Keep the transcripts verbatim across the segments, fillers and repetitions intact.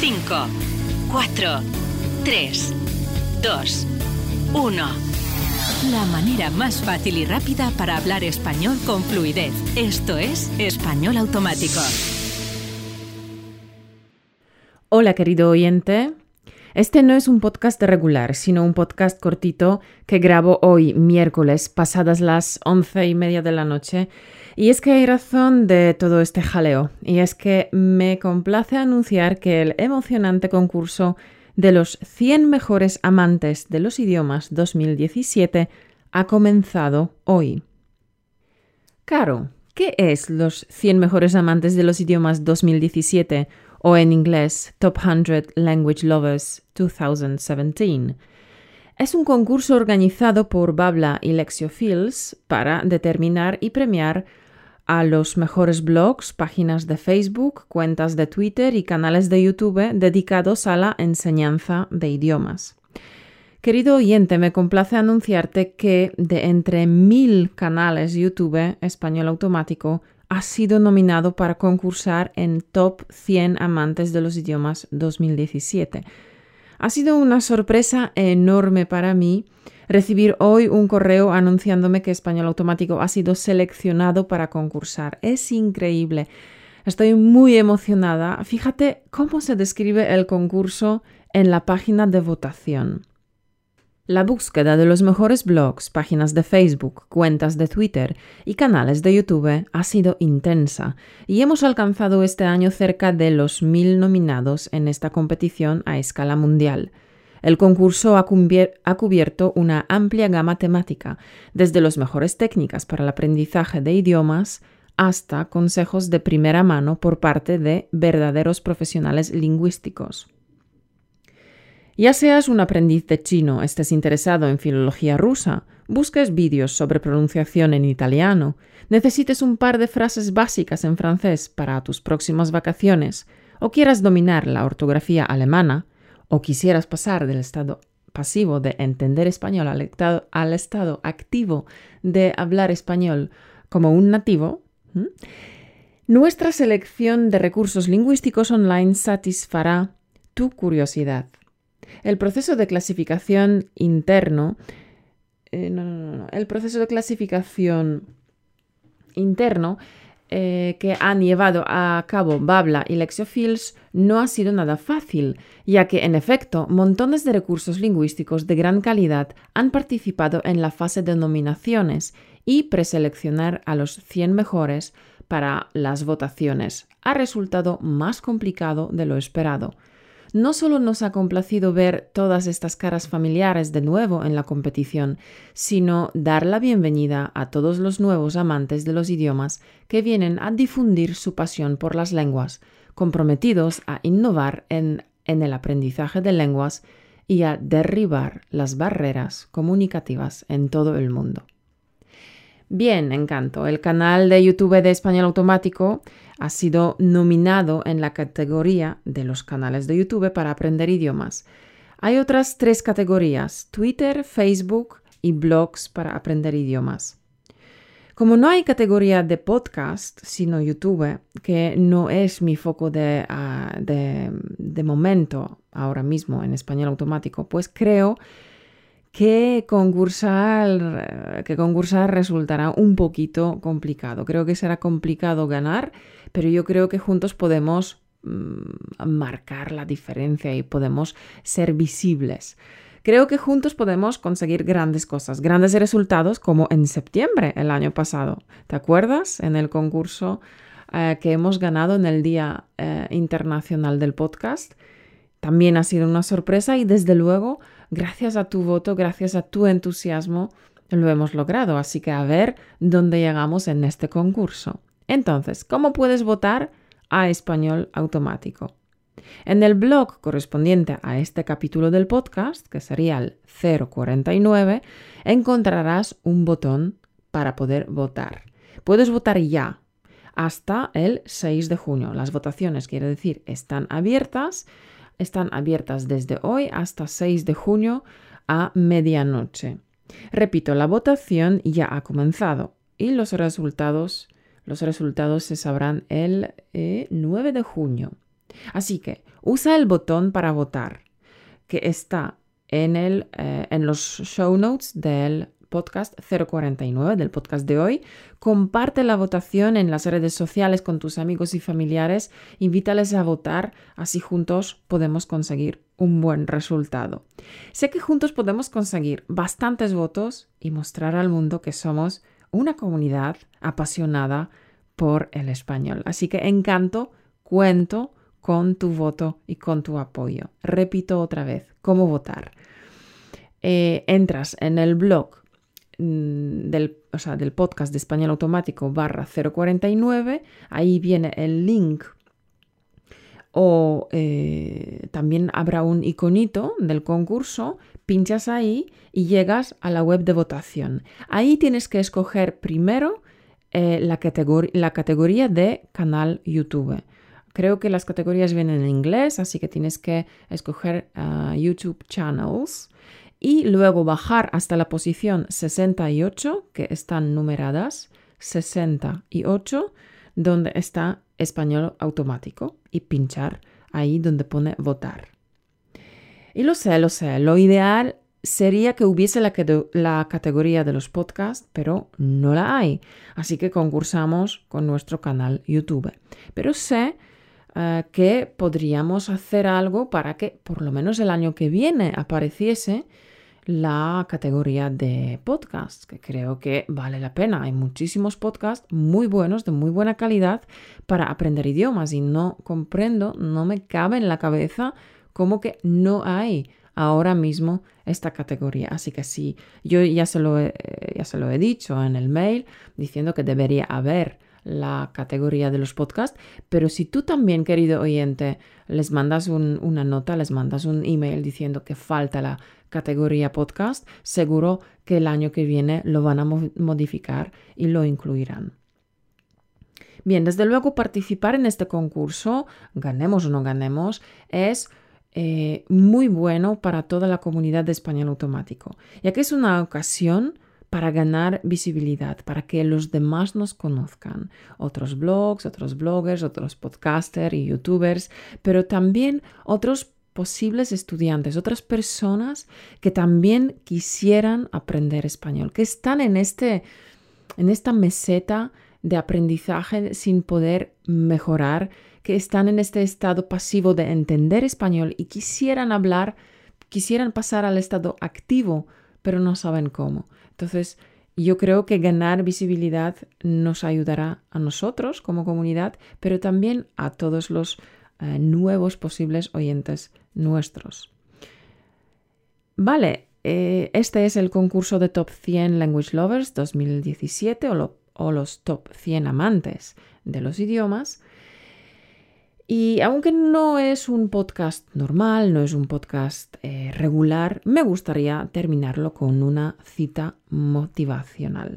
cinco, cuatro, tres, dos, uno. La manera más fácil y rápida para hablar español con fluidez. Esto es Español Automático. Hola, querido oyente. Este no es un podcast regular, sino un podcast cortito que grabo hoy, miércoles, pasadas las once y media de la noche. Y es que hay razón de todo este jaleo. Y es que me complace anunciar que el emocionante concurso de los cien mejores amantes de los idiomas dos mil diecisiete ha comenzado hoy. Caro, ¿qué es los cien mejores amantes de los idiomas dos mil diecisiete o en inglés Top cien Language Lovers dos mil diecisiete? Es un concurso organizado por Babla y Lexiophils para determinar y premiar a los mejores blogs, páginas de Facebook, cuentas de Twitter y canales de YouTube dedicados a la enseñanza de idiomas. Querido oyente, me complace anunciarte que de entre mil canales YouTube Español Automático ha sido nominado para concursar en Top cien Amantes de los Idiomas dos mil diecisiete. Ha sido una sorpresa enorme para mí recibir hoy un correo anunciándome que Español Automático ha sido seleccionado para concursar. Es increíble. Estoy muy emocionada. Fíjate cómo se describe el concurso en la página de votación. La búsqueda de los mejores blogs, páginas de Facebook, cuentas de Twitter y canales de YouTube ha sido intensa y hemos alcanzado este año cerca de los mil nominados en esta competición a escala mundial. El concurso ha, cubier- ha cubierto una amplia gama temática, desde las mejores técnicas para el aprendizaje de idiomas hasta consejos de primera mano por parte de verdaderos profesionales lingüísticos. Ya seas un aprendiz de chino, estés interesado en filología rusa, busques vídeos sobre pronunciación en italiano, necesites un par de frases básicas en francés para tus próximas vacaciones, o quieras dominar la ortografía alemana, o quisieras pasar del estado pasivo de entender español al estado, al estado activo de hablar español como un nativo, ¿m? Nuestra selección de recursos lingüísticos online satisfará tu curiosidad. El proceso de clasificación interno, eh, no, no, no, el proceso de clasificación interno eh, que han llevado a cabo Babla y Lexiophils no ha sido nada fácil, ya que en efecto montones de recursos lingüísticos de gran calidad han participado en la fase de nominaciones y preseleccionar a los cien mejores para las votaciones ha resultado más complicado de lo esperado. No solo nos ha complacido ver todas estas caras familiares de nuevo en la competición, sino dar la bienvenida a todos los nuevos amantes de los idiomas que vienen a difundir su pasión por las lenguas, comprometidos a innovar en, en el aprendizaje de lenguas y a derribar las barreras comunicativas en todo el mundo. Bien, Encanto, el canal de YouTube de Español Automático ha sido nominado en la categoría de los canales de YouTube para aprender idiomas. Hay otras tres categorías: Twitter, Facebook y blogs para aprender idiomas. Como no hay categoría de podcast, sino YouTube, que no es mi foco de, uh, de, de momento ahora mismo en Español Automático, pues creo que concursar, que concursar resultará un poquito complicado. Creo que será complicado ganar, pero yo creo que juntos podemos mmm, marcar la diferencia y podemos ser visibles. Creo que juntos podemos conseguir grandes cosas, grandes resultados como en septiembre el año pasado. ¿Te acuerdas? En el concurso eh, que hemos ganado en el Día eh, Internacional del Podcast. También ha sido una sorpresa y desde luego, gracias a tu voto, gracias a tu entusiasmo, lo hemos logrado. Así que a ver dónde llegamos en este concurso. Entonces, ¿cómo puedes votar a Español Automático? En el blog correspondiente a este capítulo del podcast, que sería el cero cuarenta y nueve, encontrarás un botón para poder votar. Puedes votar ya hasta el seis de junio. Las votaciones, quiere decir, están abiertas. Están abiertas desde hoy hasta seis de junio a medianoche. Repito, la votación ya ha comenzado y los resultados, los resultados se sabrán el eh, nueve de junio. Así que usa el botón para votar que está en, el, eh, en los show notes del podcast cero cuarenta y nueve, del podcast de hoy. Comparte la votación en las redes sociales con tus amigos y familiares. Invítales a votar, así juntos podemos conseguir un buen resultado. Sé que juntos podemos conseguir bastantes votos y mostrar al mundo que somos una comunidad apasionada por el español. Así que encanto, cuento con tu voto y con tu apoyo. Repito otra vez, ¿cómo votar? Eh, entras en el blog Del, o sea, del podcast de Español Automático barra cero cuarenta y nueve, ahí viene el link o eh, también habrá un iconito del concurso, pinchas ahí y llegas a la web de votación. Ahí tienes que escoger primero eh, la, categor- la categoría de canal YouTube. Creo que las categorías vienen en inglés, así que tienes que escoger uh, YouTube Channels. Y luego bajar hasta la posición sesenta y ocho, que están numeradas, sesenta y ocho, donde está Español Automático, y pinchar ahí donde pone votar. Y lo sé, lo sé, lo ideal sería que hubiese la, la categoría de los podcasts, pero no la hay. Así que concursamos con nuestro canal YouTube. Pero sé uh, que podríamos hacer algo para que por lo menos el año que viene apareciese la categoría de podcast, que creo que vale la pena. Hay muchísimos podcasts muy buenos, de muy buena calidad para aprender idiomas y no comprendo, no me cabe en la cabeza cómo que no hay ahora mismo esta categoría. Así que sí, yo ya se lo he, ya se lo he dicho en el mail diciendo que debería haber la categoría de los podcasts, pero si tú también, querido oyente, les mandas un, una nota, les mandas un email diciendo que falta la categoría podcast, seguro que el año que viene lo van a mo- modificar y lo incluirán. Bien, desde luego participar en este concurso, ganemos o no ganemos, es eh, muy bueno para toda la comunidad de Español Automático, ya que es una ocasión para ganar visibilidad, para que los demás nos conozcan. Otros blogs, otros bloggers, otros podcasters y youtubers, pero también otros posibles estudiantes, otras personas que también quisieran aprender español, que están en, este, en esta meseta de aprendizaje sin poder mejorar, que están en este estado pasivo de entender español y quisieran hablar, quisieran pasar al estado activo, pero no saben cómo. Entonces, yo creo que ganar visibilidad nos ayudará a nosotros como comunidad, pero también a todos los eh, nuevos posibles oyentes nuestros. Vale, eh, este es el concurso de Top cien Language Lovers dos mil diecisiete o, lo, o los Top cien amantes de los idiomas. Y aunque no es un podcast normal, no es un podcast eh, regular, me gustaría terminarlo con una cita motivacional.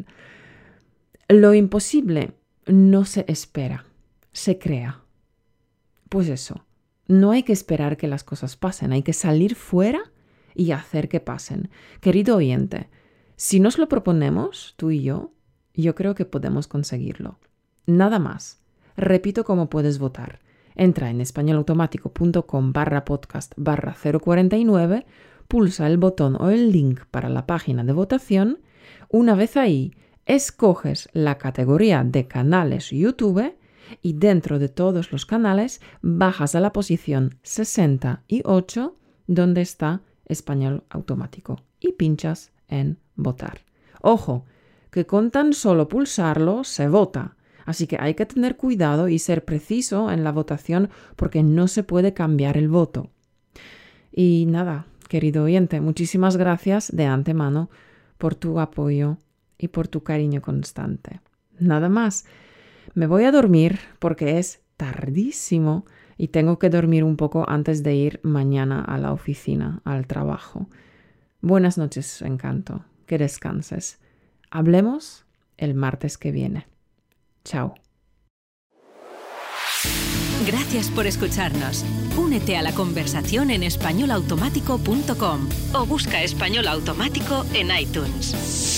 Lo imposible no se espera, se crea. Pues eso, no hay que esperar que las cosas pasen, hay que salir fuera y hacer que pasen. Querido oyente, si nos lo proponemos, tú y yo, yo creo que podemos conseguirlo. Nada más. Repito cómo puedes votar. Entra en españolautomático.com barra podcast barra cero cuarenta y nueve, pulsa el botón o el link para la página de votación. Una vez ahí, escoges la categoría de canales YouTube y dentro de todos los canales bajas a la posición sesenta y ocho donde está Español Automático y pinchas en votar. Ojo, que con tan solo pulsarlo se vota. Así que hay que tener cuidado y ser preciso en la votación porque no se puede cambiar el voto. Y nada, querido oyente, muchísimas gracias de antemano por tu apoyo y por tu cariño constante. Nada más, me voy a dormir porque es tardísimo y tengo que dormir un poco antes de ir mañana a la oficina, al trabajo. Buenas noches, Encanto, que descanses. Hablemos el martes que viene. Chao. Gracias por escucharnos. Únete a la conversación en español automático punto com o busca Español Automático en iTunes.